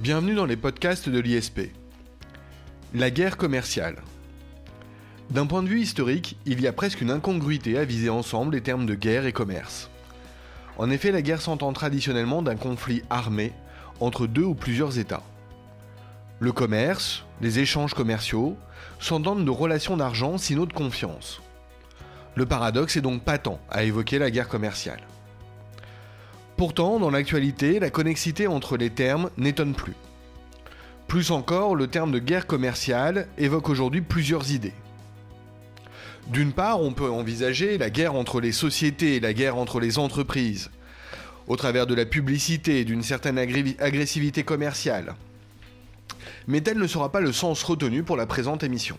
Bienvenue dans les podcasts de l'ISP. La guerre commerciale. D'un point de vue historique, il y a presque une incongruité à viser ensemble les termes de guerre et commerce. En effet, la guerre s'entend traditionnellement d'un conflit armé entre deux ou plusieurs États. Le commerce, les échanges commerciaux, s'entendent de relations d'argent sinon de confiance. Le paradoxe est donc patent à évoquer la guerre commerciale. Pourtant, dans l'actualité, la connexité entre les termes n'étonne plus. Plus encore, le terme de guerre commerciale évoque aujourd'hui plusieurs idées. D'une part, on peut envisager la guerre entre les sociétés et la guerre entre les entreprises, au travers de la publicité et d'une certaine agressivité commerciale. Mais tel ne sera pas le sens retenu pour la présente émission.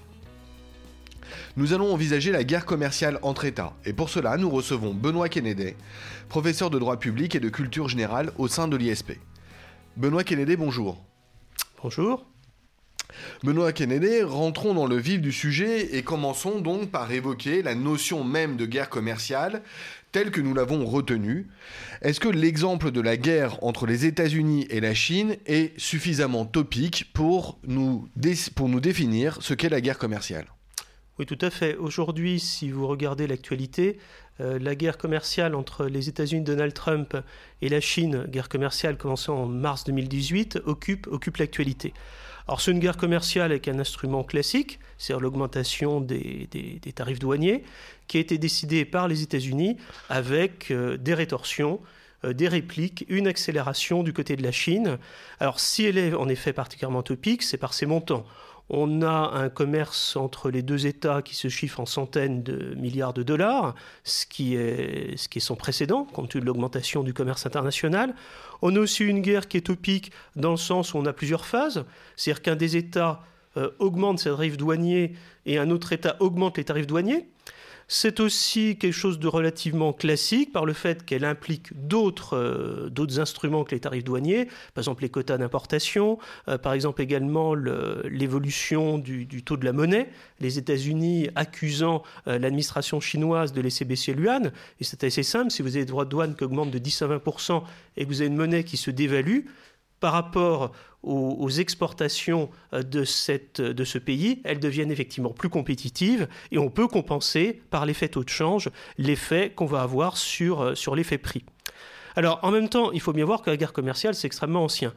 Nous allons envisager la guerre commerciale entre États, et pour cela, nous recevons Benoît Kennedy, professeur de droit public et de culture générale au sein de l'ISP. Benoît Kennedy, bonjour. Bonjour. Benoît Kennedy, rentrons dans le vif du sujet et commençons donc par évoquer la notion même de guerre commerciale telle que nous l'avons retenue. Est-ce que l'exemple de la guerre entre les États-Unis et la Chine est suffisamment topique pour nous définir ce qu'est la guerre commerciale ? Oui, tout à fait. Aujourd'hui, si vous regardez l'actualité, la guerre commerciale entre les États-Unis de Donald Trump et la Chine, guerre commerciale commençant en mars 2018, occupe l'actualité. Alors c'est une guerre commerciale avec un instrument classique, c'est-à-dire l'augmentation des tarifs douaniers, qui a été décidée par les États-Unis avec des rétorsions, des répliques, une accélération du côté de la Chine. Alors si elle est en effet particulièrement topique, c'est par ses montants. On a un commerce entre les deux États qui se chiffre en centaines de milliards de dollars, ce qui est sans précédent, compte tenu de l'augmentation du commerce international. On a aussi une guerre qui est topique dans le sens où on a plusieurs phases, c'est-à-dire qu'un des États augmente ses tarifs douaniers et un autre État augmente les tarifs douaniers. C'est aussi quelque chose de relativement classique par le fait qu'elle implique d'autres instruments que les tarifs douaniers, par exemple les quotas d'importation, par exemple également l'évolution du taux de la monnaie, les États-Unis accusant l'administration chinoise de laisser baisser l'yuan. Et c'est assez simple, si vous avez des droits de douane qui augmentent de 10 à 20% et que vous avez une monnaie qui se dévalue, par rapport aux exportations de ce pays, elles deviennent effectivement plus compétitives et on peut compenser par l'effet taux de change l'effet qu'on va avoir sur l'effet prix. Alors, en même temps, il faut bien voir que la guerre commerciale, c'est extrêmement ancien.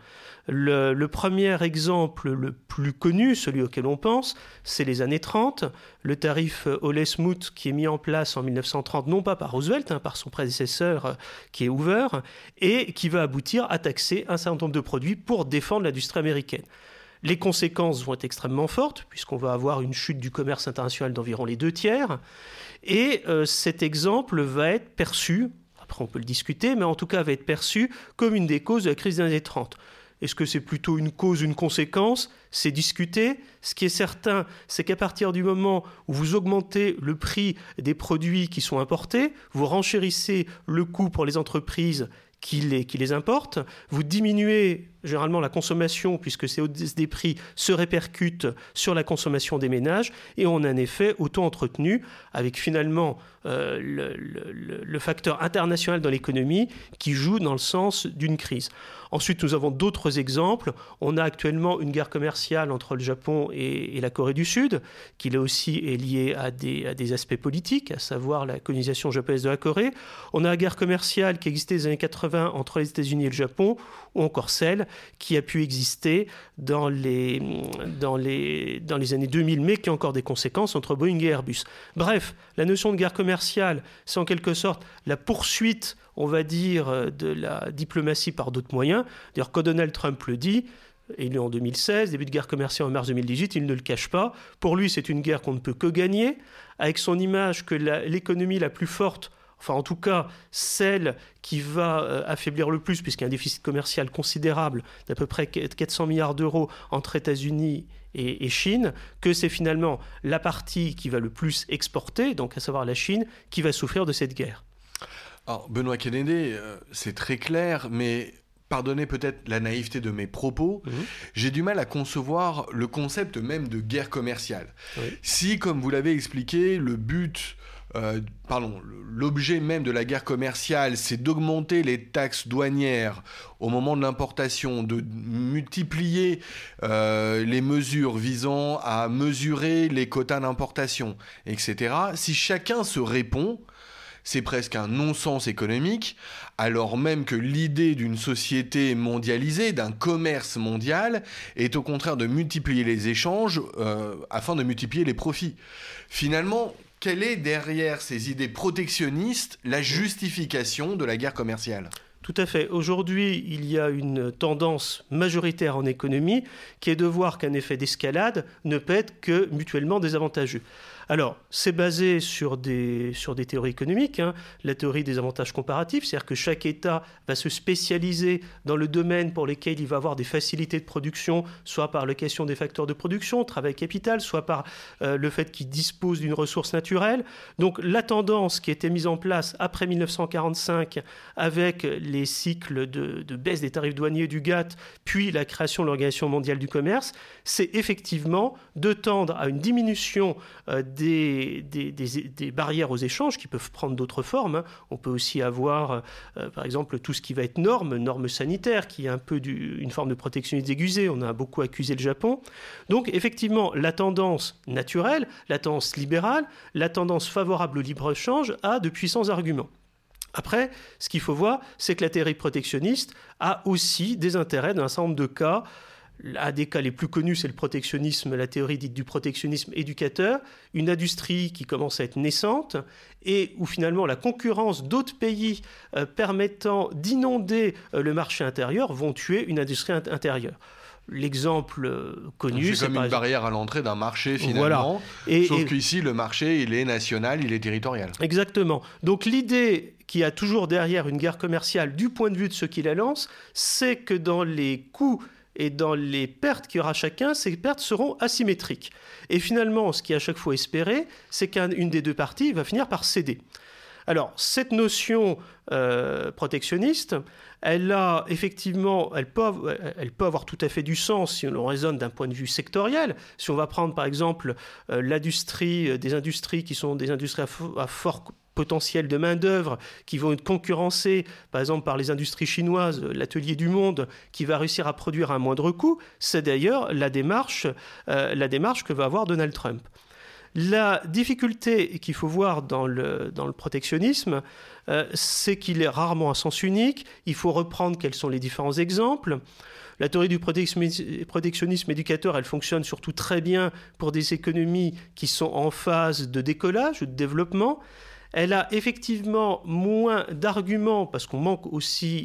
Le premier exemple le plus connu, celui auquel on pense, c'est les années 30. Le tarif Hawley-Smoot qui est mis en place en 1930, non pas par Roosevelt, par son prédécesseur qui est Hoover, et qui va aboutir à taxer un certain nombre de produits pour défendre l'industrie américaine. Les conséquences vont être extrêmement fortes, puisqu'on va avoir une chute du commerce international d'environ les 2/3. Et cet exemple va être perçu, après on peut le discuter, mais en tout cas va être perçu comme une des causes de la crise des années 30. Est-ce que c'est plutôt une cause, une conséquence ? C'est discuté. Ce qui est certain, c'est qu'à partir du moment où vous augmentez le prix des produits qui sont importés, vous renchérissez le coût pour les entreprises qui les importent, vous diminuez généralement la consommation puisque ces hausses des prix se répercutent sur la consommation des ménages et on a un effet auto-entretenu avec finalement le facteur international dans l'économie qui joue dans le sens d'une crise. Ensuite, nous avons d'autres exemples. On a actuellement une guerre commerciale entre le Japon et la Corée du Sud, qui là aussi est liée à des aspects politiques, à savoir la colonisation japonaise de la Corée. On a la guerre commerciale qui existait dans les années 80 entre les États-Unis et le Japon, ou encore celle qui a pu exister dans les années 2000, mais qui a encore des conséquences entre Boeing et Airbus. Bref, la notion de guerre commerciale, c'est en quelque sorte la poursuite, on va dire, de la diplomatie par d'autres moyens. D'ailleurs, quand Donald Trump le dit, élu en 2016, début de guerre commerciale en mars 2018, il ne le cache pas. Pour lui, c'est une guerre qu'on ne peut que gagner, avec son image que l'économie la plus forte, enfin en tout cas celle qui va affaiblir le plus, puisqu'il y a un déficit commercial considérable d'à peu près 400 milliards d'euros entre États-Unis et Chine, que c'est finalement la partie qui va le plus exporter, donc à savoir la Chine, qui va souffrir de cette guerre. Alors Benoît Kennedy, c'est très clair, mais pardonnez peut-être la naïveté de mes propos, j'ai du mal à concevoir le concept même de guerre commerciale. Oui. Si, comme vous l'avez expliqué, le but l'objet même de la guerre commerciale, c'est d'augmenter les taxes douanières au moment de l'importation, de multiplier les mesures visant à mesurer les quotas d'importation, etc. Si chacun se répond, c'est presque un non-sens économique, alors même que l'idée d'une société mondialisée, d'un commerce mondial, est au contraire de multiplier les échanges afin de multiplier les profits. Finalement, quelle est derrière ces idées protectionnistes la justification de la guerre commerciale ? Tout à fait. Aujourd'hui, il y a une tendance majoritaire en économie qui est de voir qu'un effet d'escalade ne peut être que mutuellement désavantageux. Alors, c'est basé sur des théories économiques, la théorie des avantages comparatifs, c'est-à-dire que chaque État va se spécialiser dans le domaine pour lequel il va avoir des facilités de production, soit par la question des facteurs de production, travail capital, soit par le fait qu'il dispose d'une ressource naturelle. Donc, la tendance qui a été mise en place après 1945 avec les cycles de baisse des tarifs douaniers du GATT, puis la création de l'Organisation mondiale du commerce, c'est effectivement de tendre à une diminution des barrières aux échanges qui peuvent prendre d'autres formes. On peut aussi avoir, par exemple, tout ce qui va être normes sanitaires, qui est un peu une forme de protectionnisme aiguisé. On a beaucoup accusé le Japon. Donc, effectivement, la tendance naturelle, la tendance libérale, la tendance favorable au libre-échange a de puissants arguments. Après, ce qu'il faut voir, c'est que la théorie protectionniste a aussi des intérêts dans un certain nombre de cas. Un des cas les plus connus, c'est le protectionnisme, la théorie dite du protectionnisme éducateur, une industrie qui commence à être naissante et où finalement la concurrence d'autres pays permettant d'inonder le marché intérieur vont tuer une industrie intérieure. L'exemple connu, c'est comme une barrière à l'entrée d'un marché finalement, voilà. Sauf qu'ici le marché il est national, il est territorial. Exactement. Donc l'idée qui a toujours derrière une guerre commerciale du point de vue de ceux qui la lancent, c'est que dans les coûts et dans les pertes qu'il y aura chacun, ces pertes seront asymétriques. Et finalement, ce qui est à chaque fois espéré, c'est qu'une des deux parties va finir par céder. Alors, cette notion protectionniste, elle peut avoir tout à fait du sens si on raisonne d'un point de vue sectoriel. Si on va prendre par exemple des industries qui sont des industries à fort potentiel de main-d'œuvre qui vont être concurrencés, par exemple, par les industries chinoises, l'atelier du monde, qui va réussir à produire à un moindre coût, c'est d'ailleurs la démarche que va avoir Donald Trump. La difficulté qu'il faut voir dans le protectionnisme, c'est qu'il est rarement à sens unique. Il faut reprendre quels sont les différents exemples. La théorie du protectionnisme éducateur, elle fonctionne surtout très bien pour des économies qui sont en phase de décollage ou de développement. Elle a effectivement moins d'arguments, parce qu'on manque aussi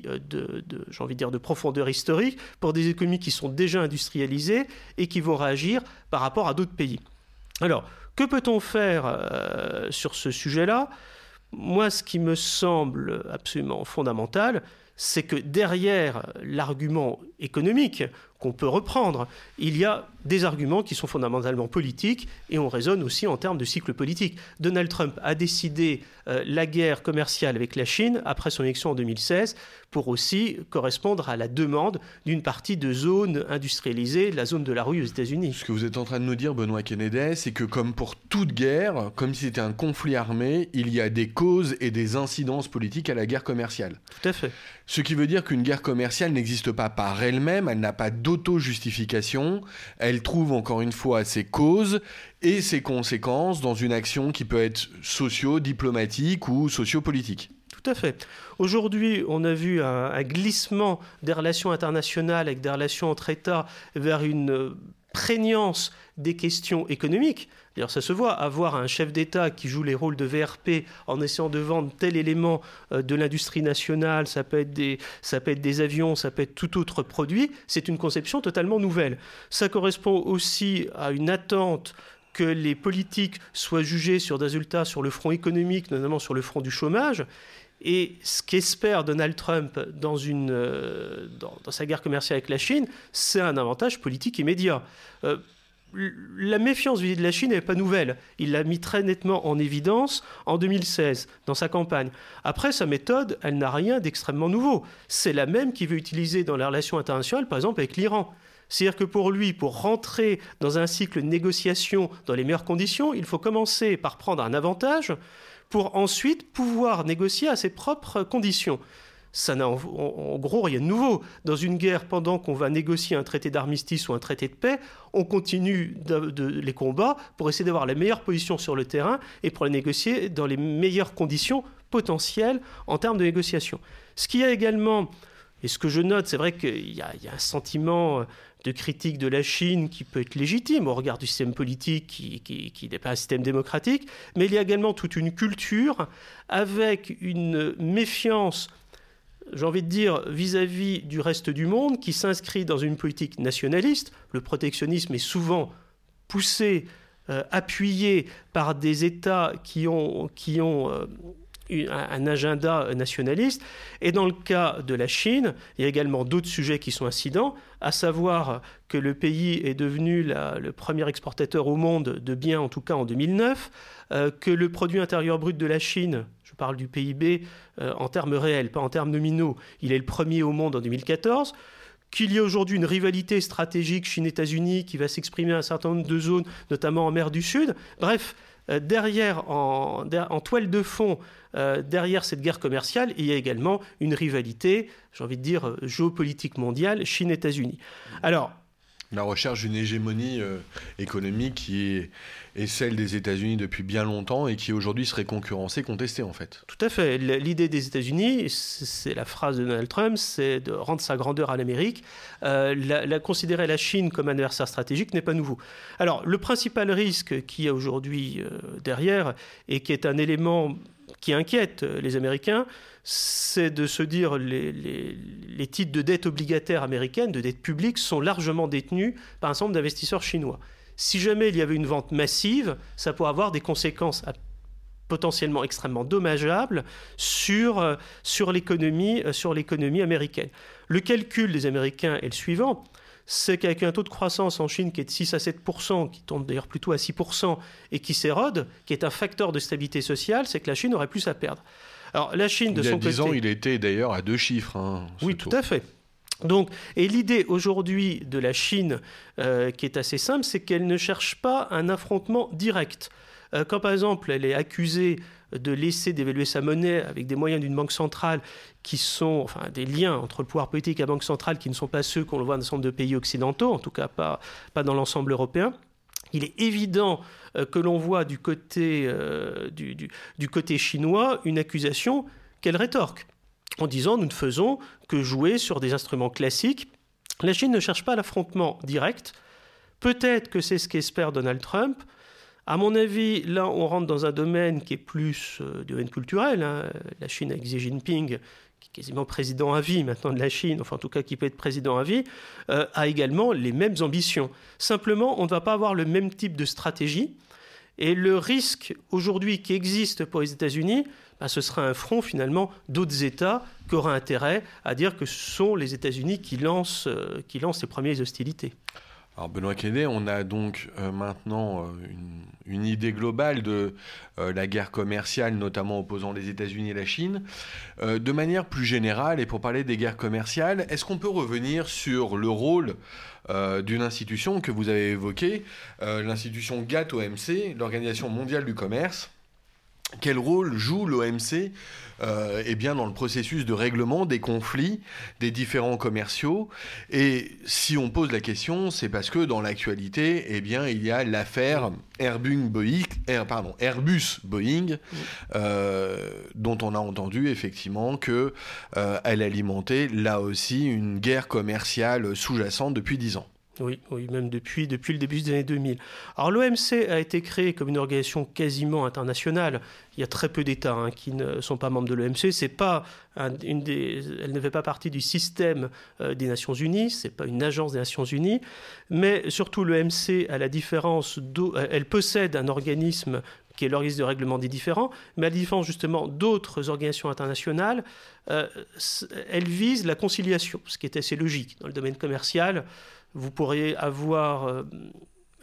de profondeur historique, pour des économies qui sont déjà industrialisées et qui vont réagir par rapport à d'autres pays. Alors, que peut-on faire sur ce sujet-là ? Moi, ce qui me semble absolument fondamental, c'est que derrière l'argument économique qu'on peut reprendre, il y a des arguments qui sont fondamentalement politiques et on raisonne aussi en termes de cycle politique. Donald Trump a décidé la guerre commerciale avec la Chine après son élection en 2016 pour aussi correspondre à la demande d'une partie de zone industrialisée, la zone de la rue aux États-Unis. Ce que vous êtes en train de nous dire, Benoît Kennedy, c'est que comme pour toute guerre, comme si c'était un conflit armé, il y a des causes et des incidences politiques à la guerre commerciale. Tout à fait. Ce qui veut dire qu'une guerre commerciale n'existe pas par elle-même, elle n'a pas d'auto-justification, elle trouve encore une fois ses causes et ses conséquences dans une action qui peut être socio-diplomatique ou socio-politique. Tout à fait. Aujourd'hui, on a vu un glissement des relations internationales avec des relations entre États vers une prégnance des questions économiques. D'ailleurs, ça se voit, avoir un chef d'État qui joue les rôles de VRP en essayant de vendre tel élément de l'industrie nationale, ça peut être des avions, ça peut être tout autre produit, c'est une conception totalement nouvelle. Ça correspond aussi à une attente que les politiques soient jugés sur des résultats sur le front économique, notamment sur le front du chômage. Et ce qu'espère Donald Trump dans sa guerre commerciale avec la Chine, c'est un avantage politique immédiat. La méfiance vis-à-vis de la Chine n'est pas nouvelle. Il l'a mis très nettement en évidence en 2016, dans sa campagne. Après, sa méthode, elle n'a rien d'extrêmement nouveau. C'est la même qu'il veut utiliser dans les relations internationales, par exemple avec l'Iran. C'est-à-dire que pour lui, pour rentrer dans un cycle de négociation dans les meilleures conditions, il faut commencer par prendre un avantage pour ensuite pouvoir négocier à ses propres conditions. Ça n'a en gros rien de nouveau. Dans une guerre, pendant qu'on va négocier un traité d'armistice ou un traité de paix, on continue les combats pour essayer d'avoir la meilleure position sur le terrain et pour les négocier dans les meilleures conditions potentielles en termes de négociation. Ce qu'il y a également, et ce que je note, c'est vrai qu'il y a un sentiment de critique de la Chine qui peut être légitime au regard du système politique qui n'est pas un système démocratique, mais il y a également toute une culture avec une méfiance, j'ai envie de dire, vis-à-vis du reste du monde, qui s'inscrit dans une politique nationaliste. Le protectionnisme est souvent poussé, appuyé par des États qui ont un agenda nationaliste. Et dans le cas de la Chine, il y a également d'autres sujets qui sont incidents, à savoir que le pays est devenu le premier exportateur au monde de biens, en tout cas en 2009, que le produit intérieur brut de la Chine, je parle du PIB en termes réels, pas en termes nominaux, il est le premier au monde en 2014, qu'il y a aujourd'hui une rivalité stratégique Chine-États-Unis qui va s'exprimer dans un certain nombre de zones, notamment en mer du Sud. Bref, derrière, en toile de fond, derrière cette guerre commerciale, il y a également une rivalité, j'ai envie de dire, géopolitique mondiale, Chine-États-Unis. Alors, la recherche d'une hégémonie économique qui est celle des États-Unis depuis bien longtemps et qui aujourd'hui serait concurrencée, contestée en fait. Tout à fait. L'idée des États-Unis, c'est la phrase de Donald Trump, c'est de rendre sa grandeur à l'Amérique. Considérer la Chine comme adversaire stratégique n'est pas nouveau. Alors, le principal risque qu'il y a aujourd'hui derrière, et qui est un élément qui inquiète les Américains, c'est de se dire les titres de dette obligataire américaine, de dette publique, sont largement détenus par un certain nombre d'investisseurs chinois. Si jamais il y avait une vente massive, ça pourrait avoir des conséquences potentiellement extrêmement dommageables sur l'économie américaine. Le calcul des Américains est le suivant, c'est qu'avec un taux de croissance en Chine qui est de 6 à 7%, qui tombe d'ailleurs plutôt à 6%, et qui s'érode, qui est un facteur de stabilité sociale, c'est que la Chine aurait plus à perdre. Alors, la Chine, de son côté... Il y a 10 ans, il était d'ailleurs à 2 chiffres. Oui, tout à fait. Donc, et l'idée aujourd'hui de la Chine, qui est assez simple, c'est qu'elle ne cherche pas un affrontement direct. Quand, par exemple, elle est accusée de laisser d'évaluer sa monnaie avec des moyens d'une banque centrale qui sont, enfin, des liens entre le pouvoir politique et la banque centrale qui ne sont pas ceux qu'on le voit dans un certain nombre de pays occidentaux, en tout cas pas dans l'ensemble européen, il est évident que l'on voit du côté chinois une accusation qu'elle rétorque en disant nous ne faisons que jouer sur des instruments classiques. La Chine ne cherche pas l'affrontement direct. Peut-être que c'est ce qu'espère Donald Trump. À mon avis, là, on rentre dans un domaine qui est plus domaine culturel. La Chine avec Xi Jinping, qui est quasiment président à vie maintenant de la Chine, enfin en tout cas qui peut être président à vie, a également les mêmes ambitions. Simplement, on ne va pas avoir le même type de stratégie. Et le risque aujourd'hui qui existe pour les États-Unis, ce sera un front finalement d'autres États qui auraient intérêt à dire que ce sont les États-Unis qui lancent les premières hostilités. Alors Benoît Quédet, on a donc maintenant une idée globale de la guerre commerciale, notamment opposant les États-Unis et la Chine. De manière plus générale, et pour parler des guerres commerciales, est-ce qu'on peut revenir sur le rôle d'une institution que vous avez évoquée, l'institution GATT-OMC, l'Organisation mondiale du commerce? Quel rôle joue l'OMC dans le processus de règlement des conflits des différents commerciaux? Et si on pose la question, c'est parce que dans l'actualité, il y a l'affaire Airbus-Boeing, dont on a entendu effectivement qu'elle alimentait là aussi une guerre commerciale sous-jacente depuis 10 ans. Oui, même depuis le début des années 2000. Alors l'OMC a été créé comme une organisation quasiment internationale. Il y a très peu d'États qui ne sont pas membres de l'OMC. Elle ne fait pas partie du système des Nations Unies. C'est pas une agence des Nations Unies. Mais surtout l'OMC, à la différence, elle possède un organisme qui est l'organisme de règlement des différends, mais à la différence justement d'autres organisations internationales, elle vise la conciliation, ce qui est assez logique. Dans le domaine commercial, vous pourriez avoir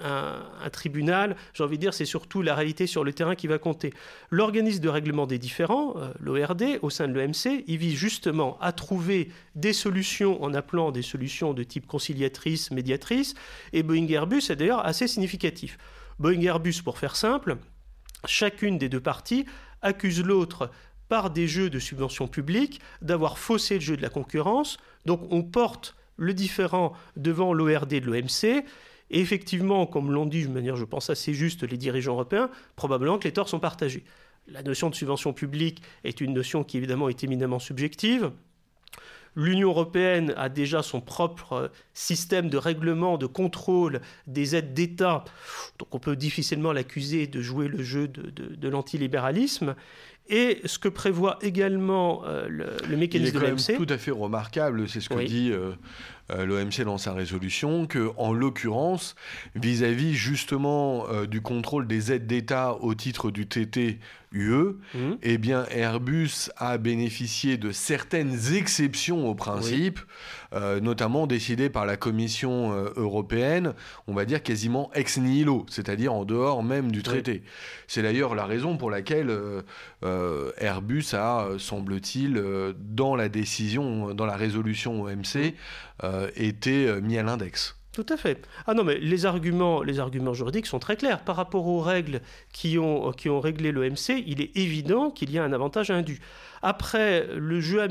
un tribunal, j'ai envie de dire, c'est surtout la réalité sur le terrain qui va compter. L'organisme de règlement des différends, l'ORD, au sein de l'OMC, il vise justement à trouver des solutions en appelant des solutions de type conciliatrice, médiatrice, et Boeing-Airbus est d'ailleurs assez significatif. Boeing-Airbus, pour faire simple, chacune des deux parties accuse l'autre par des jeux de subventions publiques d'avoir faussé le jeu de la concurrence. Donc on porte le différend devant l'ORD de l'OMC. Et effectivement, comme l'ont dit de manière, je pense, assez juste les dirigeants européens, probablement que les torts sont partagés. La notion de subvention publique est une notion qui évidemment est éminemment subjective. L'Union européenne a déjà son propre système de règlement, de contrôle des aides d'État. Donc on peut difficilement l'accuser de jouer le jeu de l'antilibéralisme. Et ce que prévoit également le mécanisme de l'OMC... Il est quand même tout à fait remarquable, c'est ce que dit l'OMC dans sa résolution, qu'en l'occurrence, vis-à-vis justement du contrôle des aides d'État au titre du traité UE, eh bien Airbus a bénéficié de certaines exceptions au principe, notamment décidées par la Commission européenne, on va dire quasiment ex nihilo, c'est-à-dire en dehors même du traité. C'est d'ailleurs la raison pour laquelle Airbus a, semble-t-il, dans la décision, dans la résolution OMC, été mis à l'index. Tout à fait. Ah non, mais les arguments juridiques sont très clairs. Par rapport aux règles qui ont réglé l'OMC, il est évident qu'il y a un avantage indu. Après, le jeu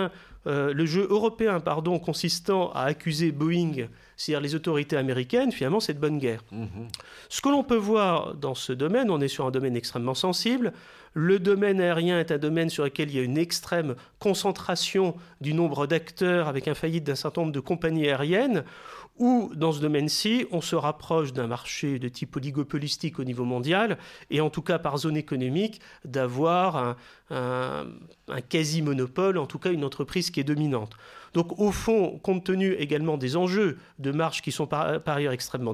européen, consistant à accuser Boeing, c'est-à-dire les autorités américaines, finalement, c'est de bonne guerre. Ce que l'on peut voir dans ce domaine, on est sur un domaine extrêmement sensible. Le domaine aérien est un domaine sur lequel il y a une extrême concentration du nombre d'acteurs avec un faillite d'un certain nombre de compagnies aériennes, où, dans ce domaine-ci, on se rapproche d'un marché de type oligopolistique au niveau mondial, et en tout cas par zone économique, d'avoir un quasi-monopole, en tout cas une entreprise qui est dominante. Donc au fond, compte tenu également des enjeux de marge qui sont par ailleurs extrêmement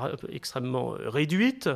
réduites,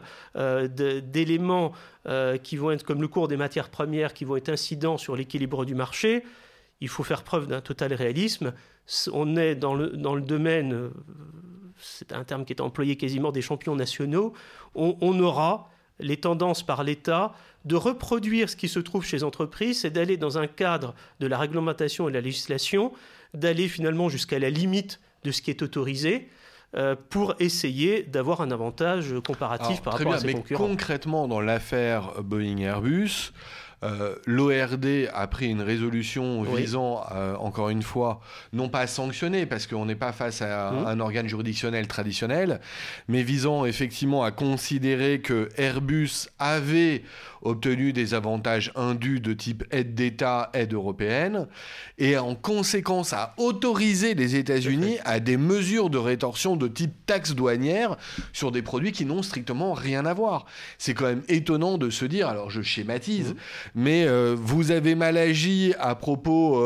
d'éléments qui vont être comme le cours des matières premières qui vont être incidents sur l'équilibre du marché, il faut faire preuve d'un total réalisme. On est dans le domaine, c'est un terme qui est employé quasiment des champions nationaux, on aura les tendances par l'État de reproduire ce qui se trouve chez les entreprises, c'est d'aller dans un cadre de la réglementation et de la législation, d'aller finalement jusqu'à la limite de ce qui est autorisé, pour essayer d'avoir un avantage comparatif par rapport à ses concurrents. Concrètement, dans l'affaire Boeing-Airbus, l'ORD a pris une résolution visant, encore une fois, non pas à sanctionner, parce qu'on n'est pas face à un organe juridictionnel traditionnel, mais visant effectivement à considérer que Airbus avait obtenu des avantages indus de type aide d'État, aide européenne, et en conséquence à autoriser les États-Unis à des mesures de rétorsion de type taxe douanière sur des produits qui n'ont strictement rien à voir. C'est quand même étonnant de se dire, alors je schématise, mais vous avez mal agi à propos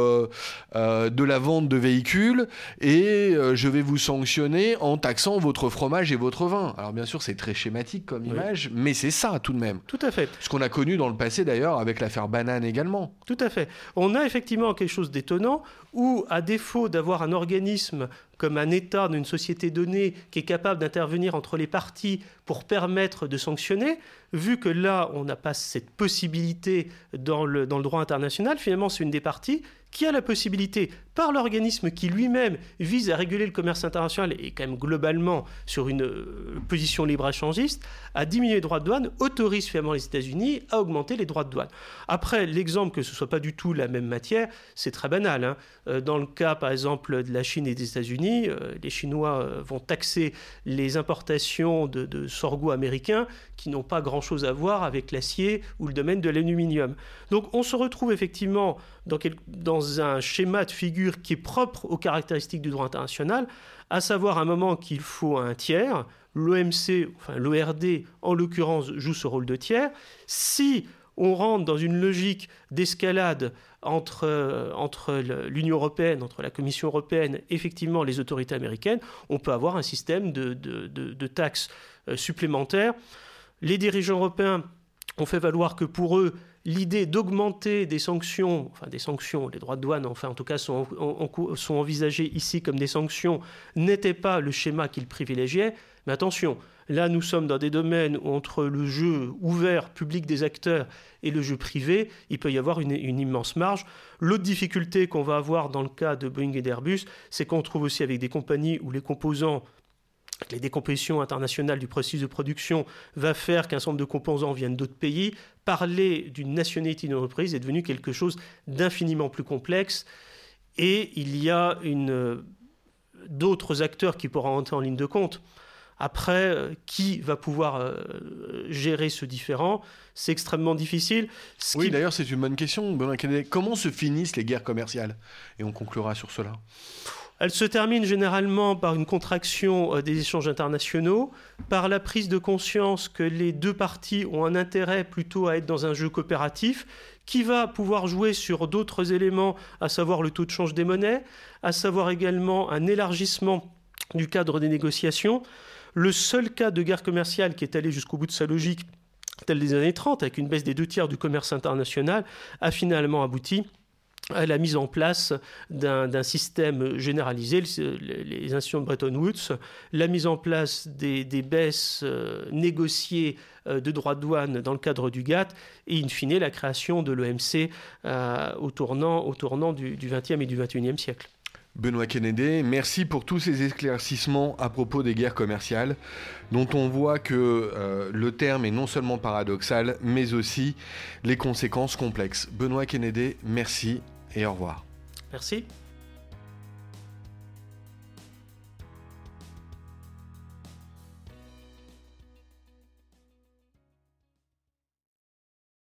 de la vente de véhicules et je vais vous sanctionner en taxant votre fromage et votre vin. Alors bien sûr, c'est très schématique comme image, mais c'est ça tout de même. Tout à fait. Ce qu'on a connu dans le passé d'ailleurs avec l'affaire Banane également. Tout à fait. On a effectivement quelque chose d'étonnant où, à défaut d'avoir un organisme comme un État d'une société donnée qui est capable d'intervenir entre les parties pour permettre de sanctionner, vu que là, on n'a pas cette possibilité dans le droit international, finalement, c'est une des parties qui a la possibilité, par l'organisme qui lui-même vise à réguler le commerce international et quand même globalement sur une position libre-échangiste, à diminuer les droits de douane, autorise finalement les États-Unis à augmenter les droits de douane. Après, l'exemple que ce ne soit pas du tout la même matière, c'est très banal. Dans le cas, par exemple, de la Chine et des États-Unis, les Chinois vont taxer les importations de sorgho américains qui n'ont pas grand-chose à voir avec l'acier ou le domaine de l'aluminium. Donc on se retrouve effectivement dans un schéma de figure qui est propre aux caractéristiques du droit international, à savoir un moment qu'il faut un tiers. L'OMC, enfin l'ORD en l'occurrence, joue ce rôle de tiers. Si on rentre dans une logique d'escalade entre l'Union européenne, entre la Commission européenne, effectivement les autorités américaines, on peut avoir un système de taxes supplémentaires. Les dirigeants européens ont fait valoir que pour eux, l'idée d'augmenter des sanctions, les droits de douane, en tout cas, sont envisagés ici comme des sanctions, n'était pas le schéma qu'il privilégiait. Mais attention, là, nous sommes dans des domaines où, entre le jeu ouvert, public des acteurs, et le jeu privé, il peut y avoir une immense marge. L'autre difficulté qu'on va avoir dans le cas de Boeing et d'Airbus, c'est qu'on trouve aussi avec des compagnies où les composants, les décompositions internationales du processus de production va faire qu'un certain nombre de composants viennent d'autres pays. Parler d'une nationalité d'une entreprise est devenu quelque chose d'infiniment plus complexe. Et il y a d'autres acteurs qui pourront entrer en ligne de compte. Après, qui va pouvoir gérer ce différend? C'est extrêmement difficile. D'ailleurs, c'est une bonne question, Benoît Kennedy. Comment se finissent les guerres commerciales? Et on conclura sur cela. Elles se terminent généralement par une contraction des échanges internationaux, par la prise de conscience que les deux parties ont un intérêt plutôt à être dans un jeu coopératif, qui va pouvoir jouer sur d'autres éléments, à savoir le taux de change des monnaies, à savoir également un élargissement du cadre des négociations. Le seul cas de guerre commerciale qui est allé jusqu'au bout de sa logique, tel des années 30, avec une baisse des 2/3 du commerce international, a finalement abouti à la mise en place d'un système généralisé, les institutions de Bretton Woods, la mise en place des baisses négociées de droits de douane dans le cadre du GATT et, in fine, la création de l'OMC au tournant du XXe et du XXIe siècle. Benoît Kennedy, merci pour tous ces éclaircissements à propos des guerres commerciales, dont on voit que le terme est non seulement paradoxal, mais aussi les conséquences complexes. Benoît Kennedy, merci et au revoir. Merci.